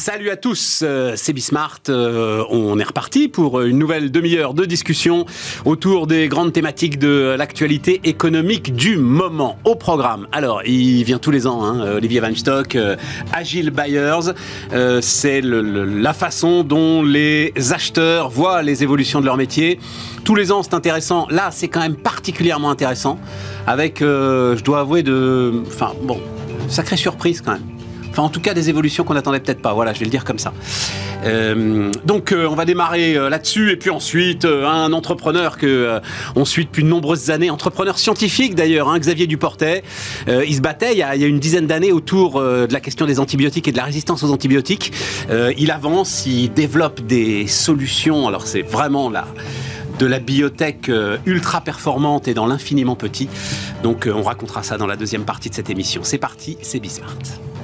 Salut à tous, c'est Bismart. On est reparti pour une nouvelle demi-heure de discussion autour des grandes thématiques de l'actualité économique du moment. Au programme, alors il vient tous les ans, Olivier Weinstock, Agile Buyers, c'est la façon dont les acheteurs voient les évolutions de leur métier. Tous les ans, c'est intéressant. Là, c'est quand même particulièrement intéressant, avec, je dois avouer, sacrée surprise quand même. Enfin, en tout cas, des évolutions qu'on n'attendait peut-être pas. Voilà, je vais le dire comme ça. Donc, on va démarrer là-dessus. Et puis ensuite, un entrepreneur on suit depuis de nombreuses années. Entrepreneur scientifique, d'ailleurs, Xavier Duportet. Il se battait il y a une dizaine d'années autour de la question des antibiotiques et de la résistance aux antibiotiques. Il avance, il développe des solutions. Alors, c'est vraiment de la biotech ultra performante et dans l'infiniment petit. Donc, on racontera ça dans la deuxième partie de cette émission. C'est parti, c'est Bismart.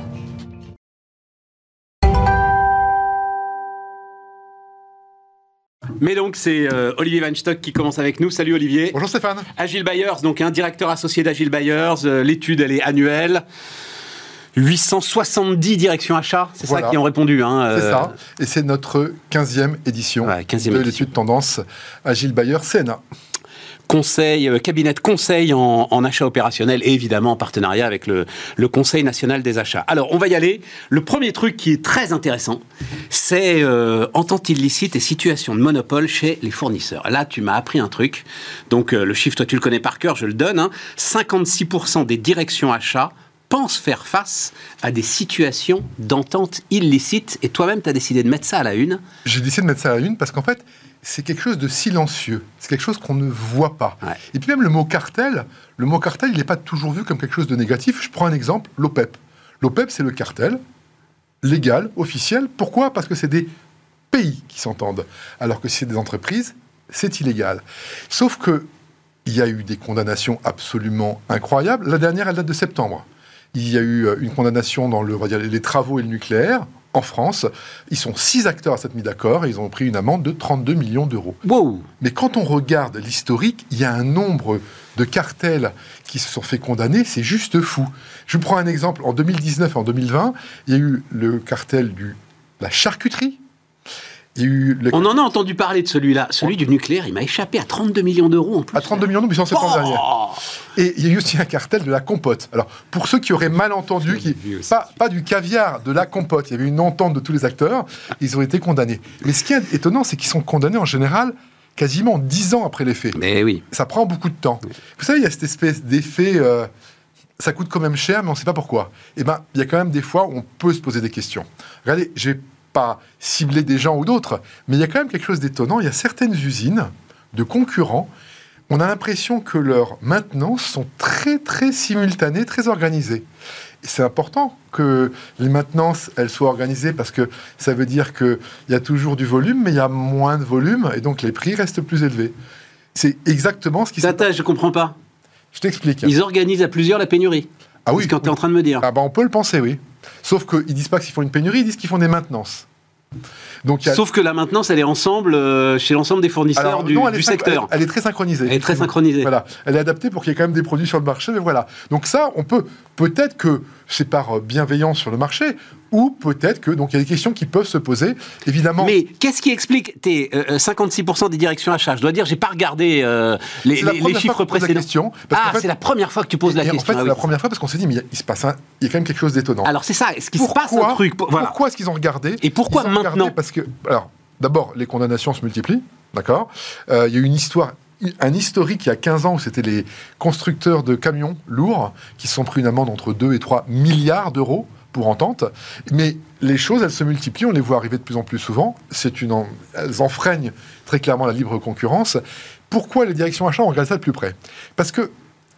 Mais donc, c'est Olivier Weinstock qui commence avec nous. Salut Olivier. Bonjour Stéphane. Agile Buyers, donc un directeur associé d'Agile Buyers. L'étude, elle est annuelle. 870 directions achats, c'est voilà. Ça qui ont répondu. C'est ça. Et c'est notre 15e édition de l'étude tendance Agile Buyers CNA. Cabinet de conseil en achat opérationnel et évidemment en partenariat avec le Conseil national des achats. Alors, on va y aller. Le premier truc qui est très intéressant, c'est entente illicite et situation de monopole chez les fournisseurs. Là, tu m'as appris un truc. Donc, le chiffre, toi, tu le connais par cœur, je le donne. 56% des directions achats pensent faire face à des situations d'entente illicite. Et toi-même, tu as décidé de mettre ça à la une. J'ai décidé de mettre ça à la une parce qu'en fait, c'est quelque chose de silencieux. C'est quelque chose qu'on ne voit pas. Ouais. Et puis même le mot cartel, il n'est pas toujours vu comme quelque chose de négatif. Je prends un exemple, l'OPEP. L'OPEP, c'est le cartel légal, officiel. Pourquoi ? Parce que c'est des pays qui s'entendent. Alors que si c'est des entreprises, c'est illégal. Sauf qu'il y a eu des condamnations absolument incroyables. La dernière, elle date de septembre. Il y a eu une condamnation dans les travaux et le nucléaire. En France, ils sont 6 acteurs à s'être mis d'accord et ils ont pris une amende de 32 millions d'euros. Wow. Mais quand on regarde l'historique, il y a un nombre de cartels qui se sont fait condamner, c'est juste fou. Je vous prends un exemple. En 2019 et en 2020, il y a eu le cartel de la charcuterie. On en a entendu parler de celui-là. Celui du nucléaire, il m'a échappé à 32 millions d'euros en plus. À 32 millions d'euros, mais c'est en septembre dernier. Et il y a eu aussi un cartel de la compote. Alors, pour ceux qui auraient mal entendu, pas du caviar, de la compote, il y avait une entente de tous les acteurs, ils ont été condamnés. Mais ce qui est étonnant, c'est qu'ils sont condamnés en général quasiment 10 ans après les faits. Mais oui. Ça prend beaucoup de temps. Oui. Vous savez, il y a cette espèce d'effet... ça coûte quand même cher, mais on ne sait pas pourquoi. Eh bien, il y a quand même des fois où on peut se poser des questions. Regardez, j'ai pas cibler des gens ou d'autres, mais il y a quand même quelque chose d'étonnant. Il y a certaines usines de concurrents, on a l'impression que leurs maintenances sont très, très simultanées, très organisées. Et c'est important que les maintenances, elles soient organisées parce que ça veut dire qu'il y a toujours du volume, mais il y a moins de volume, et donc les prix restent plus élevés. C'est exactement ce qui se passe. Je comprends pas. Je t'explique. Ils organisent à plusieurs la pénurie. Ah oui. C'est ce que tu es en train de me dire. Ah bah on peut le penser, oui. Sauf qu'ils ne disent pas qu'ils font une pénurie, ils disent qu'ils font des maintenances. Donc, sauf que la maintenance, elle est ensemble chez l'ensemble des fournisseurs du secteur. Elle est très synchronisée. Elle est très synchronisée. Voilà. Elle est adaptée pour qu'il y ait quand même des produits sur le marché, mais voilà. Donc ça, on peut-être que c'est par bienveillance sur le marché, ou peut-être que donc il y a des questions qui peuvent se poser, évidemment. Mais qu'est-ce qui explique tes 56% des directions achats ? Je dois dire, j'ai pas regardé les chiffres précédents. C'est la première fois que tu poses la question. En fait, c'est la première fois parce qu'on s'est dit, mais il y a quand même quelque chose d'étonnant. Alors c'est ça. Est-ce qu'il se passe un truc ? Pourquoi est-ce qu'ils ont regardé ? Et pourquoi maintenant ? Parce que, alors, d'abord, les condamnations se multiplient, d'accord ? Il y a eu un historique il y a 15 ans où c'était les constructeurs de camions lourds qui se sont pris une amende entre 2 et 3 milliards d'euros pour entente. Mais les choses, elles se multiplient, on les voit arriver de plus en plus souvent. Elles enfreignent très clairement la libre concurrence. Pourquoi les directions achats ont regardé ça de plus près ? Parce que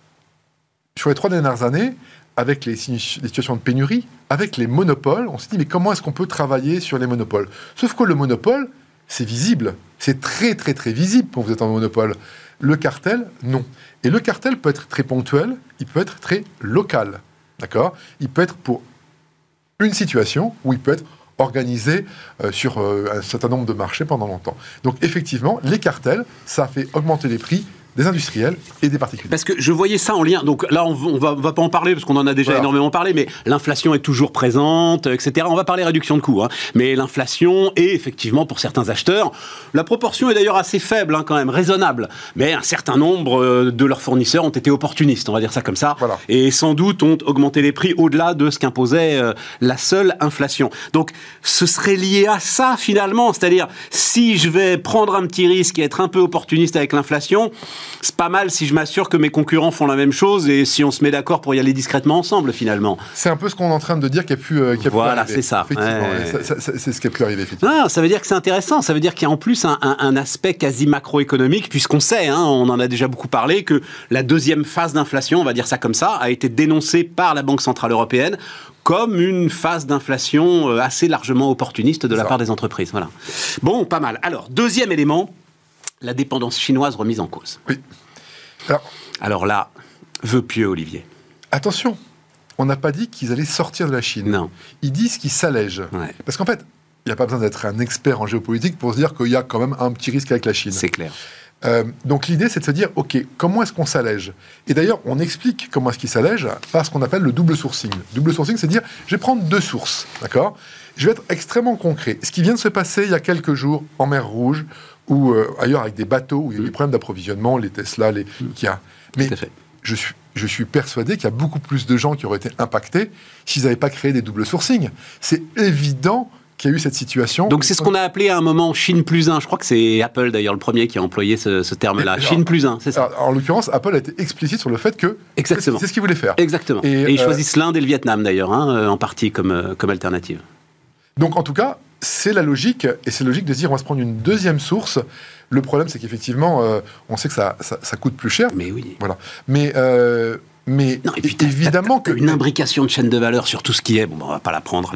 sur les 3 dernières années, avec les situations de pénurie, avec les monopoles, on s'est dit, mais comment est-ce qu'on peut travailler sur les monopoles ? Sauf que le monopole, c'est visible. C'est très, très, très visible quand vous êtes en monopole. Le cartel, non. Et le cartel peut être très ponctuel, il peut être très local. D'accord ? Il peut être pour une situation où il peut être organisé sur un certain nombre de marchés pendant longtemps. Donc, effectivement, les cartels, ça fait augmenter les prix des industriels et des particuliers. Parce que je voyais ça en lien, donc là on va pas en parler parce qu'on en a déjà énormément parlé, mais l'inflation est toujours présente, etc. On va parler réduction de coûts, mais l'inflation est effectivement pour certains acheteurs, la proportion est d'ailleurs assez faible quand même, raisonnable, mais un certain nombre de leurs fournisseurs ont été opportunistes, on va dire ça comme ça, et sans doute ont augmenté les prix au-delà de ce qu'imposait la seule inflation. Donc ce serait lié à ça finalement, c'est-à-dire si je vais prendre un petit risque et être un peu opportuniste avec l'inflation, c'est pas mal si je m'assure que mes concurrents font la même chose et si on se met d'accord pour y aller discrètement ensemble, finalement. C'est un peu ce qu'on est en train de dire qui a pu voilà, arriver. c'est ça. C'est ce qui a pu arriver, effectivement. Ah, ça veut dire que c'est intéressant. Ça veut dire qu'il y a en plus un aspect quasi macroéconomique, puisqu'on sait, on en a déjà beaucoup parlé, que la deuxième phase d'inflation, on va dire ça comme ça, a été dénoncée par la Banque Centrale Européenne comme une phase d'inflation assez largement opportuniste de la part des entreprises. Voilà. Bon, pas mal. Alors, deuxième élément, la dépendance chinoise remise en cause. Oui. Alors là, vœu pieux, Olivier. Attention, on n'a pas dit qu'ils allaient sortir de la Chine. Non. Ils disent qu'ils s'allègent. Ouais. Parce qu'en fait, il n'y a pas besoin d'être un expert en géopolitique pour se dire qu'il y a quand même un petit risque avec la Chine. C'est clair. Donc l'idée, c'est de se dire, OK, comment est-ce qu'on s'allège ? Et d'ailleurs, on explique comment est-ce qu'ils s'allègent par ce qu'on appelle le double sourcing. Double sourcing, c'est dire, je vais prendre deux sources, d'accord ? Je vais être extrêmement concret. Ce qui vient de se passer il y a quelques jours en mer Rouge, ou ailleurs avec des bateaux, où il y a des problèmes d'approvisionnement, les Tesla, Mais je suis persuadé qu'il y a beaucoup plus de gens qui auraient été impactés s'ils n'avaient pas créé des doubles sourcing. C'est évident qu'il y a eu cette situation. Donc c'est ce qu'on a appelé à un moment Chine plus 1. Je crois que c'est Apple d'ailleurs le premier qui a employé ce terme-là. Chine plus 1, c'est ça. Alors, en l'occurrence, Apple a été explicite sur le fait que exactement. C'est ce qu'il voulait faire. Exactement. Et ils choisissent l'Inde et le Vietnam d'ailleurs, en partie comme alternative. Donc en tout cas, c'est la logique, et c'est logique de se dire on va se prendre une deuxième source. Le problème, c'est qu'effectivement, on sait que ça coûte plus cher. Mais oui. Voilà. Mais non, et puis évidemment que une imbrication de chaîne de valeur sur tout ce qui est, on va pas la prendre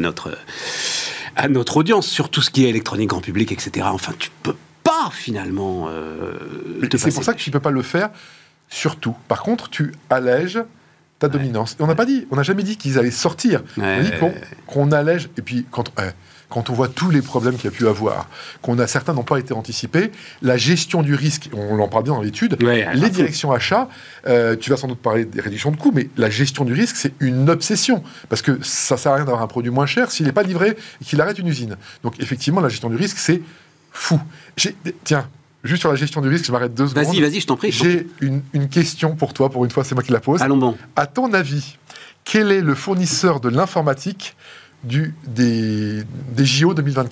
à notre audience, sur tout ce qui est électronique grand public, etc. Enfin, tu peux pas finalement c'est pour ça que tu peux pas le faire sur tout. Par contre, tu allèges ta dominance. Et on n'a jamais dit qu'ils allaient sortir. On a dit qu'on allège. Et puis quand on voit tous les problèmes qu'il y a pu avoir, certains n'ont pas été anticipés, la gestion du risque, on en parle bien dans l'étude, les directions achats, tu vas sans doute parler des réductions de coûts, mais la gestion du risque, c'est une obsession, parce que ça sert à rien d'avoir un produit moins cher s'il n'est pas livré et qu'il arrête une usine. Donc effectivement, la gestion du risque, c'est fou. Tiens, juste sur la gestion du risque, je m'arrête 2 secondes. Vas-y, je t'en prie. J'ai une question pour toi, pour une fois, c'est moi qui la pose. Allons bon. À ton avis, quel est le fournisseur de l'informatique des JO 2024 ?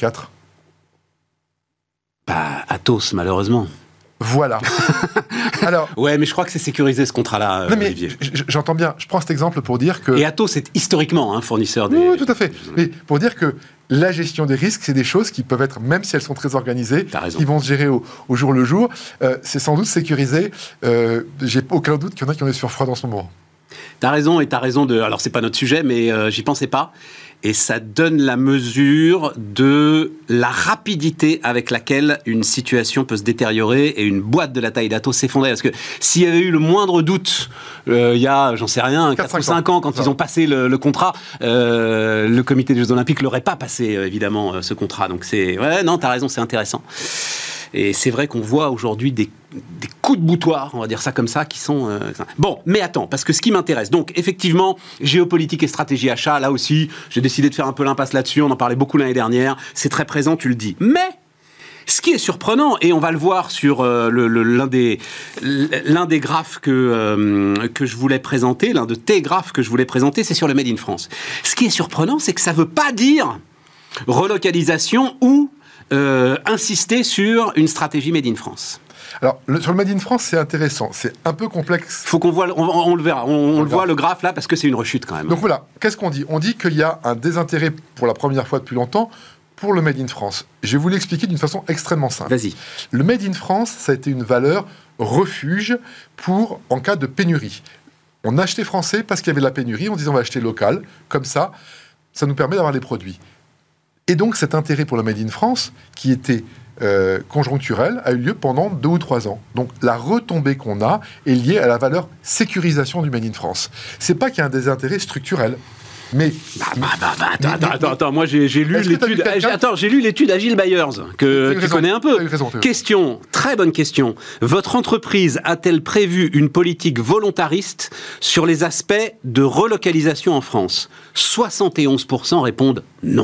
Atos, malheureusement. Voilà. Alors, ouais, mais je crois que c'est sécurisé ce contrat-là, Olivier. J'entends bien. Je prends cet exemple pour dire que... Et Atos est historiquement fournisseur des... Oui, tout à fait. Mais pour dire que la gestion des risques, c'est des choses qui peuvent être, même si elles sont très organisées, qui vont se gérer au jour le jour. C'est sans doute sécurisé. J'ai aucun doute qu'il y en a qui en est sur froid en ce moment. T'as raison de... Alors, c'est pas notre sujet, mais j'y pensais pas. Et ça donne la mesure de la rapidité avec laquelle une situation peut se détériorer et une boîte de la taille d'Atos s'effondrer. Parce que s'il y avait eu le moindre doute, il y a, j'en sais rien, 4 ou 5 ans, quand ils ont passé le contrat, le comité des Jeux Olympiques l'aurait pas passé, évidemment, ce contrat. Donc c'est... Ouais, non, t'as raison, c'est intéressant. Et c'est vrai qu'on voit aujourd'hui des coups de boutoir, on va dire ça comme ça, qui sont... Bon, mais attends, parce que ce qui m'intéresse, donc effectivement, géopolitique et stratégie achat, là aussi, j'ai décidé de faire un peu l'impasse là-dessus, on en parlait beaucoup l'année dernière, c'est très présent, tu le dis. Mais ce qui est surprenant, et on va le voir sur l'un des graphes que je voulais présenter, l'un de tes graphes que je voulais présenter, c'est sur le Made in France. Ce qui est surprenant, c'est que ça ne veut pas dire relocalisation ou insister sur une stratégie Made in France. Alors, sur le Made in France, c'est intéressant. C'est un peu complexe. Faut qu'on voit, on le verra. On le voit, le graphe, là, parce que c'est une rechute, quand même. Donc voilà, qu'est-ce qu'on dit ? On dit qu'il y a un désintérêt, pour la première fois depuis longtemps, pour le Made in France. Je vais vous l'expliquer d'une façon extrêmement simple. Vas-y. Le Made in France, ça a été une valeur refuge en cas de pénurie. On achetait français parce qu'il y avait de la pénurie. On disait on va acheter local. Comme ça nous permet d'avoir les produits. Et donc, cet intérêt pour le Made in France, qui était conjoncturel, a eu lieu pendant 2 ou 3 ans. Donc, la retombée qu'on a est liée à la valeur sécurisation du Made in France. C'est pas qu'il y a un désintérêt structurel. Mais... Attends, moi j'ai lu l'étude... j'ai lu l'étude Agile Buyers, que tu connais un peu. Question, très bonne question. Votre entreprise a-t-elle prévu une politique volontariste sur les aspects de relocalisation en France ? 71% répondent non.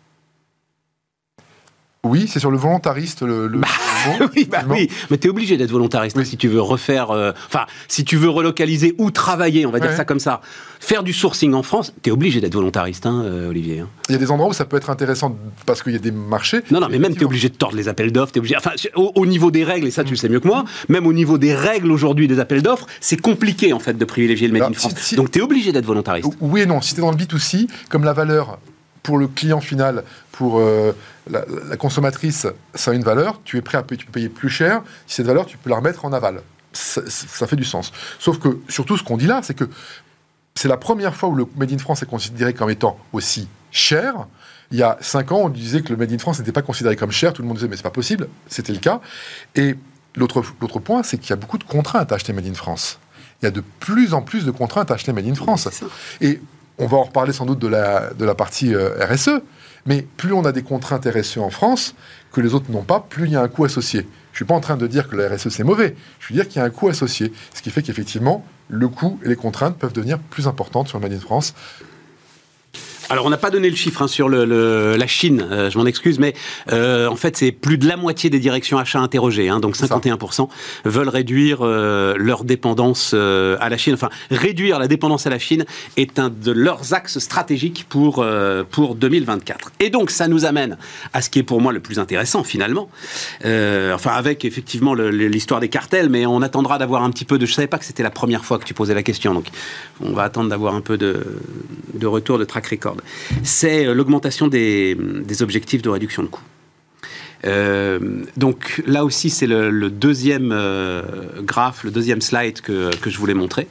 Oui, c'est sur le volontariste oui, mais tu es obligé d'être volontariste si tu veux refaire... si tu veux relocaliser ou travailler, on va dire ça comme ça. Faire du sourcing en France, tu es obligé d'être volontariste, Olivier. Il y a des endroits où ça peut être intéressant parce qu'il y a des marchés. Non, mais même tu es obligé de tordre les appels d'offres. Au niveau des règles, et ça tu le sais mieux que moi, même au niveau des règles aujourd'hui des appels d'offres, c'est compliqué en fait de privilégier le Made in France. Donc tu es obligé d'être volontariste. Oui et non. Si tu es dans le B2C, comme la valeur pour le client final, pour la consommatrice, ça a une valeur, tu es prêt à payer plus cher. Si cette valeur, tu peux la remettre en aval. Ça fait du sens. Sauf que, surtout, ce qu'on dit là, c'est que c'est la première fois où le Made in France est considéré comme étant aussi cher. Il y a 5 ans, on disait que le Made in France n'était pas considéré comme cher. Tout le monde disait, mais c'est pas possible. C'était le cas. Et l'autre point, c'est qu'il y a beaucoup de contraintes à acheter Made in France. Il y a de plus en plus de contraintes à acheter Made in France. Et on va en reparler sans doute de la partie RSE, mais plus on a des contraintes RSE en France que les autres n'ont pas, plus il y a un coût associé. Je ne suis pas en train de dire que la RSE c'est mauvais, je veux dire qu'il y a un coût associé, ce qui fait qu'effectivement, le coût et les contraintes peuvent devenir plus importantes sur le Made in France. Alors, on n'a pas donné le chiffre sur la Chine, je m'en excuse, mais en fait, c'est plus de la moitié des directions achats interrogées, donc 51% veulent réduire leur dépendance à la Chine. Enfin, réduire la dépendance à la Chine est un de leurs axes stratégiques pour 2024. Et donc, ça nous amène à ce qui est pour moi le plus intéressant, finalement. Avec effectivement l'histoire des cartels, mais on attendra d'avoir un petit peu de... Je ne savais pas que c'était la première fois que tu posais la question, donc on va attendre d'avoir un peu de retour de track record. C'est l'augmentation des objectifs de réduction de coûts. Donc là aussi, c'est le deuxième graphe, le deuxième slide que je voulais montrer.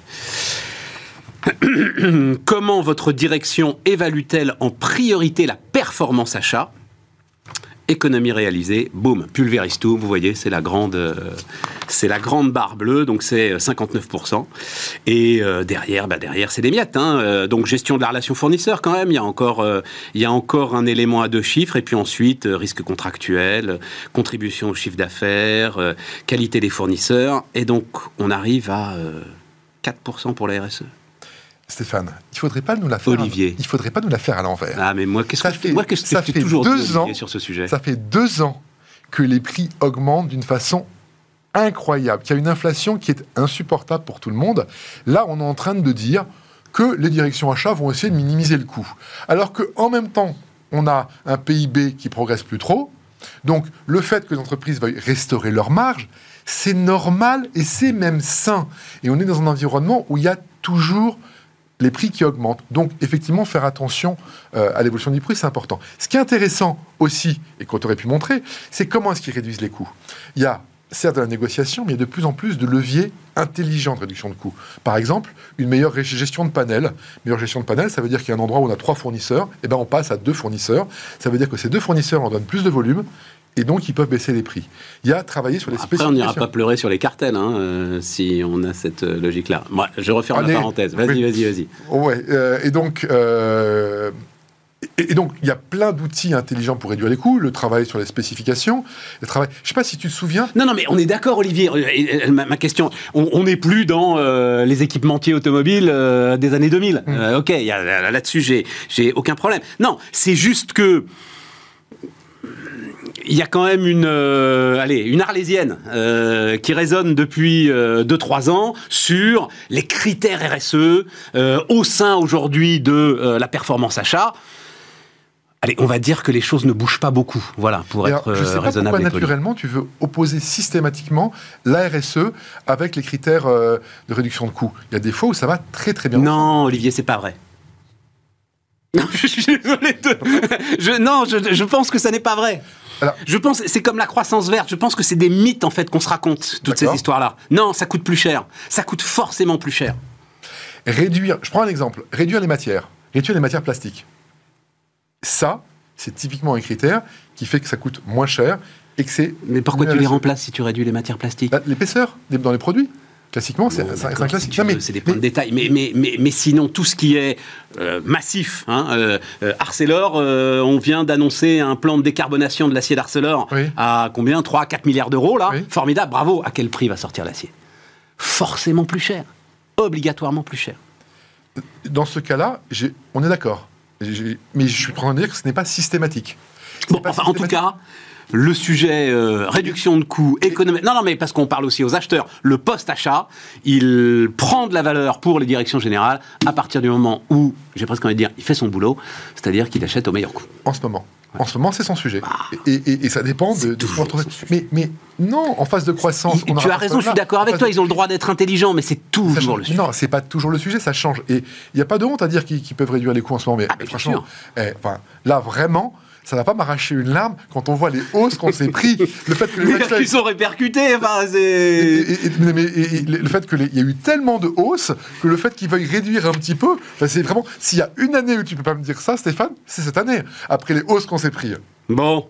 Comment votre direction évalue-t-elle en priorité la performance achat ? Économie réalisée, boum, pulvérise tout, vous voyez, c'est la grande barre bleue, donc c'est 59%. Et derrière, c'est des miettes. Donc gestion de la relation fournisseur quand même, il y a encore un élément à 2 chiffres, et puis ensuite risque contractuel, contribution au chiffre d'affaires, qualité des fournisseurs, et donc on arrive à 4% pour la RSE. Stéphane, il faudrait pas nous la faire. Olivier, il faudrait pas nous la faire à l'envers. Ah mais moi, qu'est-ce que je t'ai toujours dit sur ce sujet ? Ça fait 2 ans que les prix augmentent d'une façon incroyable, qu'il y a une inflation qui est insupportable pour tout le monde. Là, on est en train de dire que les directions achats vont essayer de minimiser le coût, alors que en même temps, on a un PIB qui progresse plus trop. Donc, le fait que les entreprises veuillent restaurer leur marge, c'est normal et c'est même sain. Et on est dans un environnement où il y a toujours les prix qui augmentent. Donc, effectivement, faire attention à l'évolution du prix, c'est important. Ce qui est intéressant aussi, et qu'on aurait pu montrer, c'est comment est-ce qu'ils réduisent les coûts. Il y a certes de la négociation, mais il y a de plus en plus de leviers intelligents de réduction de coûts. Par exemple, une meilleure gestion de panel. Meilleure gestion de panel, ça veut dire qu'il y a un endroit où on a 3 fournisseurs, et ben on passe à 2 fournisseurs. Ça veut dire que ces 2 fournisseurs en donnent plus de volume, et donc ils peuvent baisser les prix. Il y a travaillé sur les spécifications. Après, on n'ira pas pleurer sur les cartels, si on a cette logique-là. Moi, je referme la parenthèse. Vas-y. Ouais, et donc, il y a plein d'outils intelligents pour réduire les coûts. Le travail sur les spécifications, je ne sais pas si tu te souviens. Non, mais on est d'accord, Olivier. Ma question, on n'est plus dans les équipementiers automobiles des années 2000. Ok, là-dessus, j'ai aucun problème. Non, c'est juste que il y a quand même une arlésienne qui résonne depuis 2-3 ans sur les critères RSE au sein aujourd'hui de la performance achat. Allez, on va dire que les choses ne bougent pas beaucoup, voilà, pour être raisonnable. Je ne sais pas pourquoi naturellement tu veux opposer systématiquement la RSE avec les critères de réduction de coûts. Il y a des fois où ça va très très bien. Non, Olivier, c'est pas vrai. Non, je suis désolé. Je pense que ça n'est pas vrai. Alors, je pense, c'est comme la croissance verte. Je pense que c'est des mythes en fait qu'on se raconte toutes ces histoires-là. Non, ça coûte plus cher. Ça coûte forcément plus cher. Je prends un exemple. Réduire les matières plastiques. Ça, c'est typiquement un critère qui fait que ça coûte moins cher et que c'est. Mais pourquoi tu les remplaces si tu réduis les matières plastiques ? L'épaisseur dans les produits. Classiquement, c'est un classique. Si c'est des points de détail. Mais sinon, tout ce qui est massif, Arcelor, on vient d'annoncer un plan de décarbonation de l'acier d'Arcelor à combien 3-4 milliards d'euros, là. Formidable, bravo. À quel prix va sortir l'acier? Forcément plus cher. Obligatoirement plus cher. Dans ce cas-là, on est d'accord. Mais je suis en train de dire que ce n'est pas systématique. En tout cas, le sujet réduction de coûts, économie... Non, mais parce qu'on parle aussi aux acheteurs. Le post-achat, il prend de la valeur pour les directions générales à partir du moment où, j'ai presque envie de dire, il fait son boulot, c'est-à-dire qu'il achète au meilleur coût. En ce moment, c'est son sujet. Et ça dépend de mais non, en phase de croissance... Tu as raison, je suis d'accord avec toi, ils ont le droit d'être intelligents, mais c'est toujours le sujet. Non, c'est pas toujours le sujet, ça change. Et il n'y a pas de honte à dire qu'ils peuvent réduire les coûts en ce moment. Mais franchement, là, vraiment... Ça ne va pas m'arracher une larme quand on voit les hausses qu'on s'est pris. Le fait que les qui sont répercutés. Le fait qu'il y a eu tellement de hausses que le fait qu'ils veuillent réduire un petit peu, c'est vraiment... S'il y a une année où tu ne peux pas me dire ça, Stéphane, c'est cette année, après les hausses qu'on s'est pris. Bon.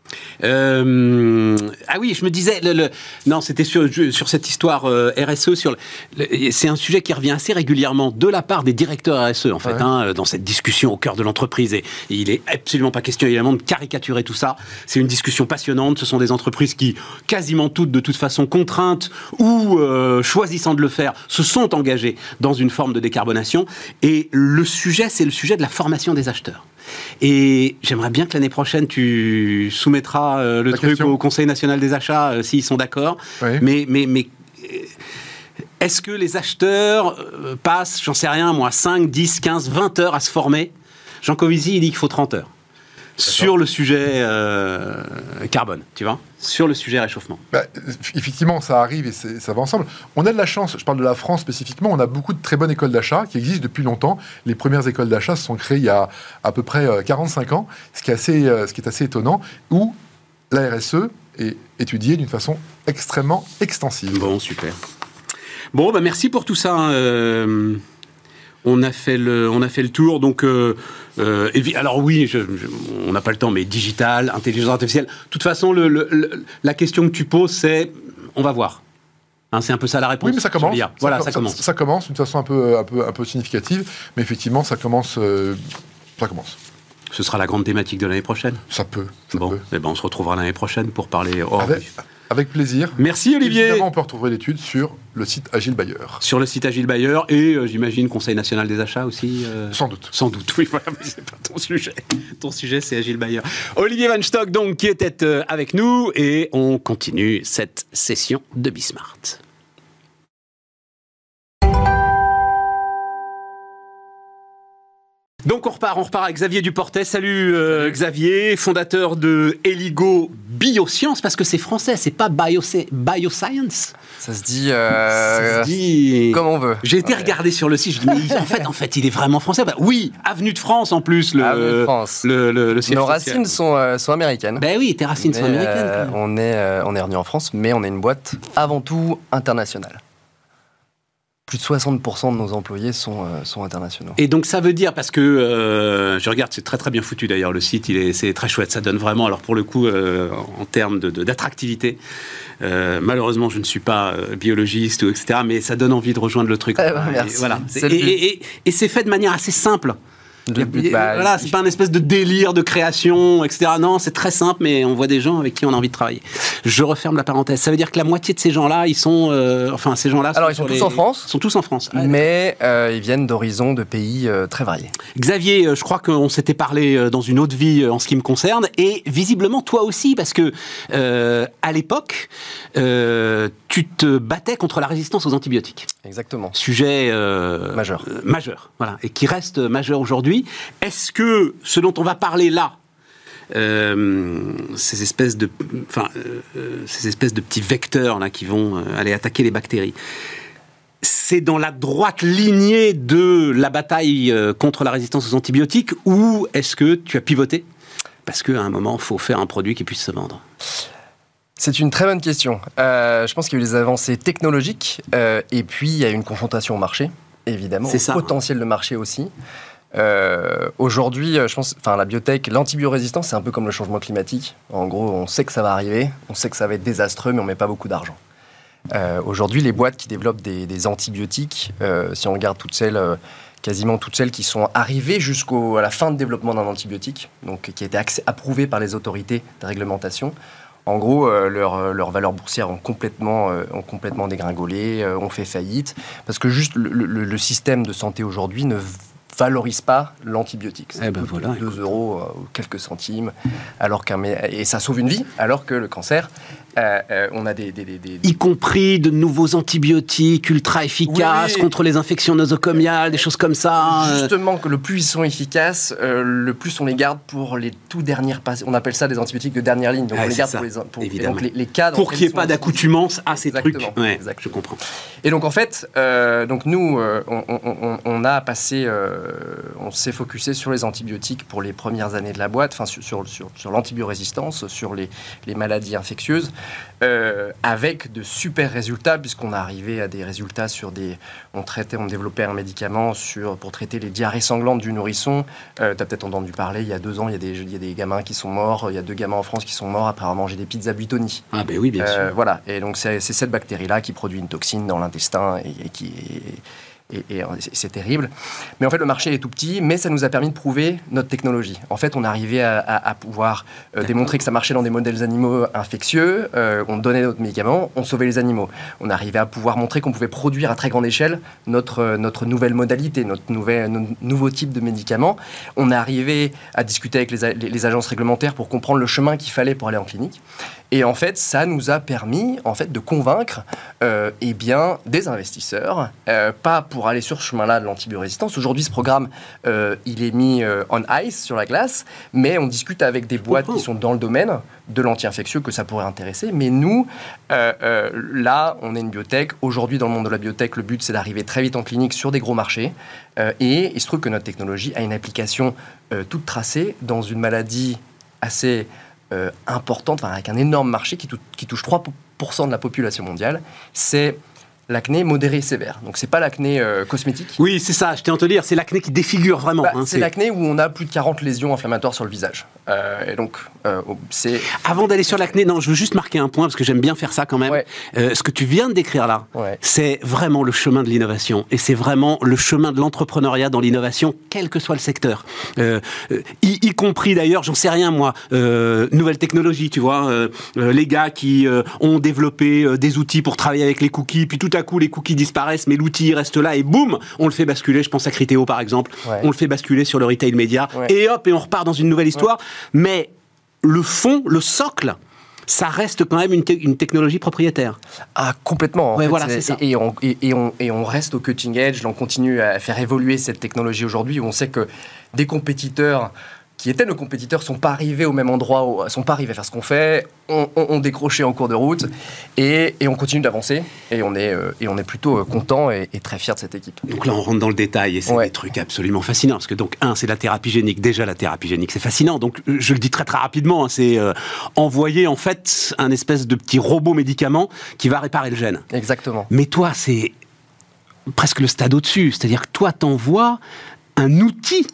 Ah oui, je me disais, non, c'était sur cette histoire RSE. C'est un sujet qui revient assez régulièrement de la part des directeurs RSE, en fait, dans cette discussion au cœur de l'entreprise. Et il est absolument pas question, évidemment, de caricaturer tout ça. C'est une discussion passionnante. Ce sont des entreprises qui, quasiment toutes, de toute façon, contraintes ou choisissant de le faire, se sont engagées dans une forme de décarbonation. Et le sujet, c'est le sujet de la formation des acheteurs. Et j'aimerais bien que l'année prochaine, tu soumettras le truc au Conseil national des achats, s'ils sont d'accord. Oui. Mais est-ce que les acheteurs passent, j'en sais rien, moi, 5, 10, 15, 20 heures à se former? Jean Covici, il dit qu'il faut 30 heures. Sur le sujet carbone, tu vois, sur le sujet réchauffement. Effectivement, ça arrive et ça va ensemble. On a de la chance, je parle de la France spécifiquement, on a beaucoup de très bonnes écoles d'achat qui existent depuis longtemps. Les premières écoles d'achat se sont créées il y a à peu près 45 ans, ce qui est assez étonnant, où la RSE est étudiée d'une façon extrêmement extensive. Bon, super. Bon, merci pour tout ça. On a fait le tour, donc... alors oui, on n'a pas le temps, mais digital, intelligence artificielle. De toute façon, la question que tu poses, c'est, on va voir. C'est un peu ça la réponse. Oui, mais ça commence. Voilà, ça commence. Ça commence d'une façon un peu significative, mais effectivement, ça commence. Ce sera la grande thématique de l'année prochaine. Ça peut. On se retrouvera l'année prochaine pour parler. Avec plaisir. Merci Olivier. Évidemment, on peut retrouver l'étude sur le site Agile Buyer. Sur le site Agile Buyer et j'imagine Conseil national des achats aussi. Sans doute. Sans doute, oui, voilà, mais c'est pas ton sujet. Ton sujet, c'est Agile Buyer. Olivier Van Stock, donc, qui était avec nous et on continue cette session de Bismart. Donc on repart avec Xavier Duportet. Salut Xavier, fondateur de Eligo Biosciences, parce que c'est français, c'est pas Bioscience. Ça se dit comme on veut. J'ai été regarder sur le site, je me dis, en fait, il est vraiment français. Oui, Avenue de France en plus. Avenue de France. Nos racines sont américaines. Ben oui, tes racines sont américaines. On est revenu en France, mais on est une boîte avant tout internationale. Plus de 60% de nos employés sont internationaux. Et donc ça veut dire, parce que je regarde, c'est très très bien foutu d'ailleurs, le site, c'est très chouette, ça donne vraiment, alors pour le coup, en termes d'attractivité, malheureusement je ne suis pas biologiste, etc., mais ça donne envie de rejoindre le truc. Merci. Voilà. Et c'est fait de manière assez simple. Voilà, c'est pas un espèce de délire de création, etc. Non, c'est très simple, mais on voit des gens avec qui on a envie de travailler. Je referme la parenthèse. Ça veut dire que la moitié de ces gens-là, ils sont, ces gens-là. Alors, ils sont tous en France. Ils sont tous en France. Mais ils viennent d'horizons de pays très variés. Xavier, je crois qu'on s'était parlé dans une autre vie en ce qui me concerne, et visiblement toi aussi, parce que à l'époque, tu te battais contre la résistance aux antibiotiques. Exactement. Sujet majeur, voilà, et qui reste majeur aujourd'hui. Est-ce que ce dont on va parler là, ces espèces de petits vecteurs là qui vont aller attaquer les bactéries, c'est dans la droite lignée de la bataille contre la résistance aux antibiotiques, ou est-ce que tu as pivoté parce qu'à un moment, il faut faire un produit qui puisse se vendre? C'est une très bonne question. Je pense qu'il y a eu des avancées technologiques et puis il y a eu une confrontation au marché, évidemment, au potentiel de marché aussi. Aujourd'hui, je pense, la biotech, l'antibiorésistance, c'est un peu comme le changement climatique. En gros, on sait que ça va arriver, on sait que ça va être désastreux, mais on met pas beaucoup d'argent. Aujourd'hui, les boîtes qui développent des antibiotiques, si on regarde quasiment toutes celles qui sont arrivées jusqu'à la fin de développement d'un antibiotique, donc qui a été approuvé par les autorités de réglementation, en gros, leurs valeurs boursières ont complètement dégringolé, ont fait faillite, parce que juste le système de santé aujourd'hui ne valorise pas l'antibiotique. Ça coûte 2 euros ou quelques centimes, et ça sauve une vie, alors que le cancer, on a y compris de nouveaux antibiotiques ultra efficaces contre les infections nosocomiales, des choses comme ça. Justement, que le plus ils sont efficaces, le plus on les garde pour les tout dernières patients. On appelle ça des antibiotiques de dernière ligne. Donc on les garde pour les cas pour qu'il n'y ait pas d'accoutumance à ces trucs. Ouais, je comprends. Et donc en fait, nous, on a passé, on s'est focusé sur les antibiotiques pour les premières années de la boîte, enfin sur l'antibiorésistance, sur les maladies infectieuses. Avec de super résultats, puisqu'on est arrivé à des résultats on développait un médicament pour traiter les diarrhées sanglantes du nourrisson. Tu as peut-être entendu parler, il y a 2 ans, il y a des gamins qui sont morts, il y a 2 gamins en France qui sont morts après avoir mangé des pizzas Buitoni. Ah ben oui, bien sûr. Voilà, et donc c'est cette bactérie-là qui produit une toxine dans l'intestin et c'est terrible. Mais en fait, le marché est tout petit, mais ça nous a permis de prouver notre technologie. En fait, on arrivait à pouvoir démontrer que ça marchait dans des modèles animaux infectieux, on donnait notre médicament, on sauvait les animaux. On arrivait à pouvoir montrer qu'on pouvait produire à très grande échelle notre nouvelle modalité, notre nouveau type de médicament. On est arrivé à discuter avec les agences réglementaires pour comprendre le chemin qu'il fallait pour aller en clinique. Et en fait, ça nous a permis de convaincre des investisseurs, pas pour aller sur ce chemin-là de l'antibiorésistance. Aujourd'hui, ce programme, il est mis on ice, sur la glace, mais on discute avec des boîtes qui sont dans le domaine de l'anti-infectieux que ça pourrait intéresser. Mais nous, là, on est une biotech. Aujourd'hui, dans le monde de la biotech, le but, c'est d'arriver très vite en clinique sur des gros marchés. Et il se trouve que notre technologie a une application toute tracée dans une maladie assez importante, avec un énorme marché qui touche 3% de la population mondiale, c'est l'acné modéré et sévère. Donc c'est pas l'acné cosmétique. Oui, c'est ça, je tiens à te dire, c'est l'acné qui défigure vraiment. C'est l'acné où on a plus de 40 lésions inflammatoires sur le visage. Et donc, c'est... Avant d'aller sur l'acné, je veux juste marquer un point, parce que j'aime bien faire ça quand même. Ouais. Ce que tu viens de décrire là, c'est vraiment le chemin de l'innovation. Et c'est vraiment le chemin de l'entrepreneuriat dans l'innovation, quel que soit le secteur. Y compris d'ailleurs, j'en sais rien moi, nouvelles technologies, tu vois. Les gars qui ont développé des outils pour travailler avec les cookies, puis tout à coup les cookies disparaissent, mais l'outil reste là, et boum, on le fait basculer, je pense à Criteo par exemple, on le fait basculer sur le retail média, et hop, et on repart dans une nouvelle histoire. Mais le fond, le socle, ça reste quand même une technologie propriétaire. Ah, complètement. Voilà, c'est ça. Et on reste au cutting edge, on continue à faire évoluer cette technologie aujourd'hui, où on sait que des compétiteurs qui étaient nos compétiteurs sont pas arrivés au même endroit, sont pas arrivés à faire ce qu'on fait, ont décroché en cours de route, et on continue d'avancer, et on est plutôt content et très fiers de cette équipe. Donc là, on rentre dans le détail, et c'est des trucs absolument fascinants, parce que donc, c'est la thérapie génique. Déjà, la thérapie génique, c'est fascinant. Donc, je le dis très très rapidement, c'est envoyer en fait un espèce de petit robot médicament qui va réparer le gène. Exactement. Mais toi, c'est presque le stade au-dessus, c'est-à-dire que toi, t'envoies un outil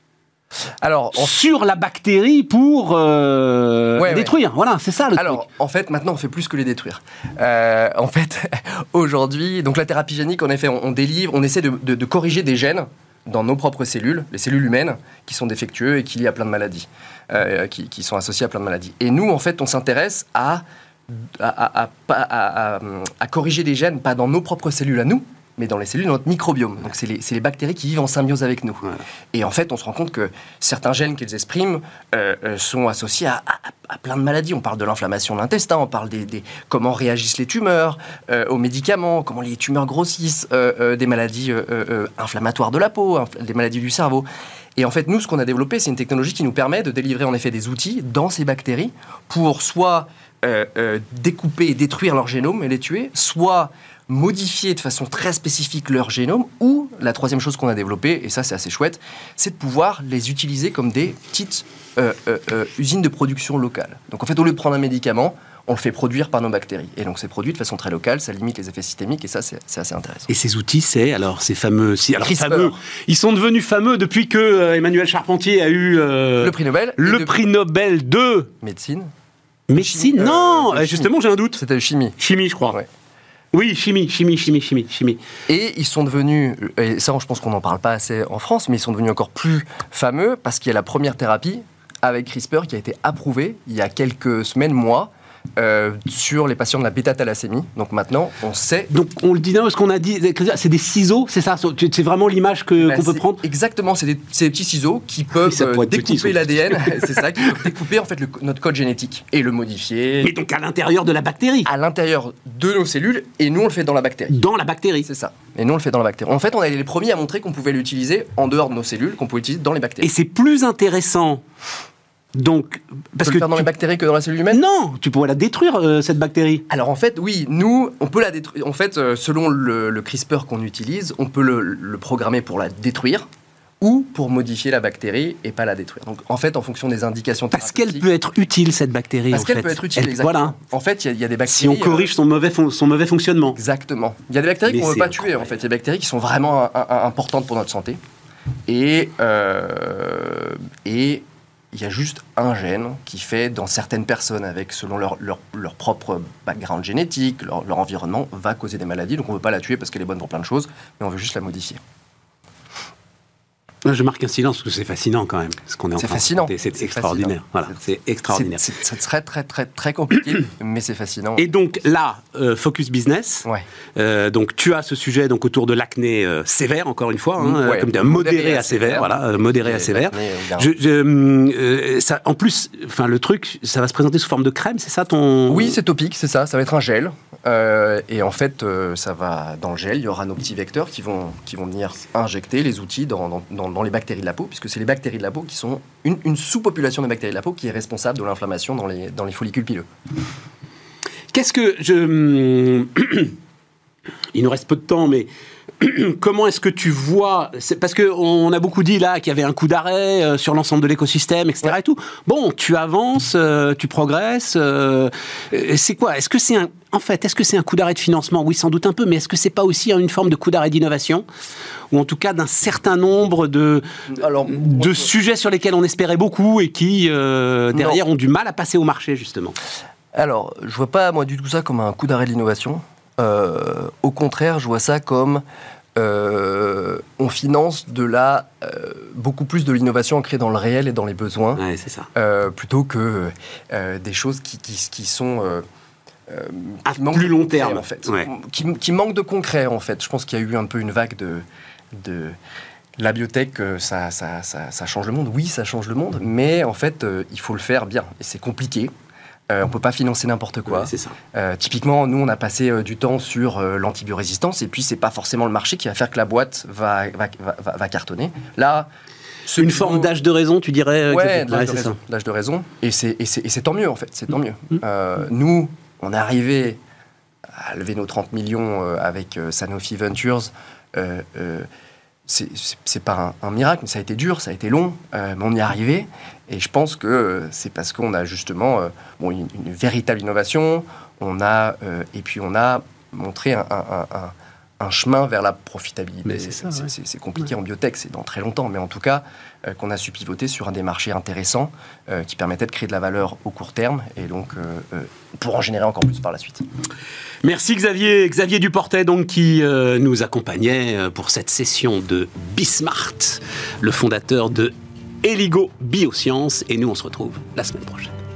sur la bactérie pour détruire. Voilà, c'est ça le truc. En fait, maintenant, on fait plus que les détruire. En fait, aujourd'hui, donc la thérapie génique, en effet, on délivre, on essaie de corriger des gènes dans nos propres cellules, les cellules humaines, qui sont défectueux et qui lient à plein de maladies, qui sont associées à plein de maladies. Et nous, en fait, on s'intéresse à corriger des gènes, pas dans nos propres cellules à nous, mais dans les cellules de notre microbiome. Donc c'est les bactéries qui vivent en symbiose avec nous. Ouais. Et en fait, on se rend compte que certains gènes qu'elles expriment sont associés à plein de maladies. On parle de l'inflammation de l'intestin, on parle des comment réagissent les tumeurs, aux médicaments, comment les tumeurs grossissent, des maladies inflammatoires de la peau, des maladies du cerveau. Et en fait, nous, ce qu'on a développé, c'est une technologie qui nous permet de délivrer en effet des outils dans ces bactéries pour soit découper et détruire leur génome et les tuer, soit modifier de façon très spécifique leur génome, ou la troisième chose qu'on a développée, et ça c'est assez chouette, c'est de pouvoir les utiliser comme des petites usines de production locales. Donc en fait, au lieu de prendre un médicament, on le fait produire par nos bactéries. Et donc c'est produit de façon très locale, ça limite les effets systémiques, et ça c'est assez intéressant. Et ces outils, c'est alors ces fameux... fameux, ils sont devenus fameux depuis que Emmanuel Charpentier a eu... le prix Nobel. Le prix Nobel de... Médecine. Médecine, non, justement j'ai un doute. C'était chimie. Chimie, je crois. Ouais. Oui, chimie. Et ils sont devenus, et ça je pense qu'on n'en parle pas assez en France, mais ils sont devenus encore plus fameux parce qu'il y a la première thérapie avec CRISPR qui a été approuvée il y a quelques semaines, mois, sur les patients de la bêta-thalassémie. Donc maintenant, on sait... Donc on le dit là, parce qu'on a dit, c'est des ciseaux, c'est ça? C'est vraiment l'image qu'on peut prendre? Exactement, c'est des petits ciseaux qui peuvent découper l'ADN, c'est ça, qui peuvent découper en fait notre code génétique et le modifier. Mais donc à l'intérieur de la bactérie? À l'intérieur de nos cellules, et nous on le fait dans la bactérie. Dans la bactérie? C'est ça, et nous on le fait dans la bactérie. En fait, on est les premiers à montrer qu'on pouvait l'utiliser en dehors de nos cellules, qu'on pouvait l'utiliser dans les bactéries. Et c'est plus intéressant... Donc, parce que le faire dans les bactéries que dans la cellule humaine? Non, tu pourrais la détruire, cette bactérie. Alors en fait, oui, nous, on peut la détruire. En fait, selon le CRISPR qu'on utilise, on peut le programmer pour la détruire ou pour modifier la bactérie et pas la détruire. Donc en fait, en fonction des indications thérapeutiques... Parce qu'elle peut être utile, cette bactérie. Parce qu'elle peut être utile, exactement. Voilà. En fait, il y a des bactéries... Si on corrige son mauvais fonctionnement. Exactement. Il y a des bactéries qu'on ne veut pas tuer, en fait. Il y a des bactéries qui sont vraiment importantes pour notre santé. Et il y a juste un gène qui fait, dans certaines personnes, avec selon leur propre background génétique, leur environnement, va causer des maladies. Donc on ne veut pas la tuer parce qu'elle est bonne pour plein de choses, mais on veut juste la modifier. Je marque un silence parce que c'est fascinant quand même. Ce qu'on est en train fascinant. C'est extraordinaire. Voilà, c'est extraordinaire. C'est très très très très compliqué, mais c'est fascinant. Et donc là, focus business. Ouais. Donc tu as ce sujet donc autour de l'acné sévère, encore une fois, ouais, comme modéré à sévère, voilà, modéré à sévère. Ça, en plus, enfin le truc, ça va se présenter sous forme de crème, c'est ça ton? Oui, c'est topique, c'est ça. Ça va être un gel. Et en fait, ça va dans le gel. Il y aura nos petits vecteurs qui vont venir injecter les outils dans les bactéries de la peau, puisque c'est les bactéries de la peau qui sont une sous-population des bactéries de la peau qui est responsable de l'inflammation dans les follicules pileux. Qu'est-ce que il nous reste peu de temps, mais comment est-ce que tu vois... Parce qu'on a beaucoup dit là qu'il y avait un coup d'arrêt sur l'ensemble de l'écosystème, etc. Ouais. Et tout. Bon, tu avances, tu progresses. C'est quoi? Est-ce que c'est un coup d'arrêt de financement? Oui, sans doute un peu, mais est-ce que c'est pas aussi une forme de coup d'arrêt d'innovation? Ou en tout cas d'un certain nombre de sujets sur lesquels on espérait beaucoup et qui, derrière, ont du mal à passer au marché, justement? Alors, je vois pas, moi, du tout ça comme un coup d'arrêt de l'innovation. Au contraire, je vois ça comme on finance beaucoup plus de l'innovation ancrée dans le réel et dans les besoins, ouais, c'est ça. Plutôt que des choses qui sont à plus long terme, en fait, ouais. qui manquent de concret, en fait. Je pense qu'il y a eu un peu une vague de la biotech, ça change le monde. Oui, ça change le monde, mais en fait, il faut le faire bien, et c'est compliqué. On ne peut pas financer n'importe quoi. Ouais, c'est ça. Typiquement, nous, on a passé du temps sur l'antibiorésistance, et puis c'est pas forcément le marché qui va faire que la boîte va cartonner. Là, une forme d'âge de raison, tu dirais? Ouais, l'âge de raison. Et c'est tant mieux, en fait. C'est tant mieux. Nous, on est arrivé à lever nos 30 millions avec Sanofi Ventures. C'est pas un miracle, mais ça a été dur, ça a été long, mais on y est arrivé. Et je pense que c'est parce qu'on a justement une véritable innovation, et puis on a montré un chemin vers la profitabilité. C'est compliqué en biotech, c'est dans très longtemps, mais en tout cas, qu'on a su pivoter sur un des marchés intéressants qui permettait de créer de la valeur au court terme, et donc pour en générer encore plus par la suite. Merci Xavier Duportet, donc, qui nous accompagnait pour cette session de Bismart, le fondateur de Eligo Biosciences, et nous on se retrouve la semaine prochaine.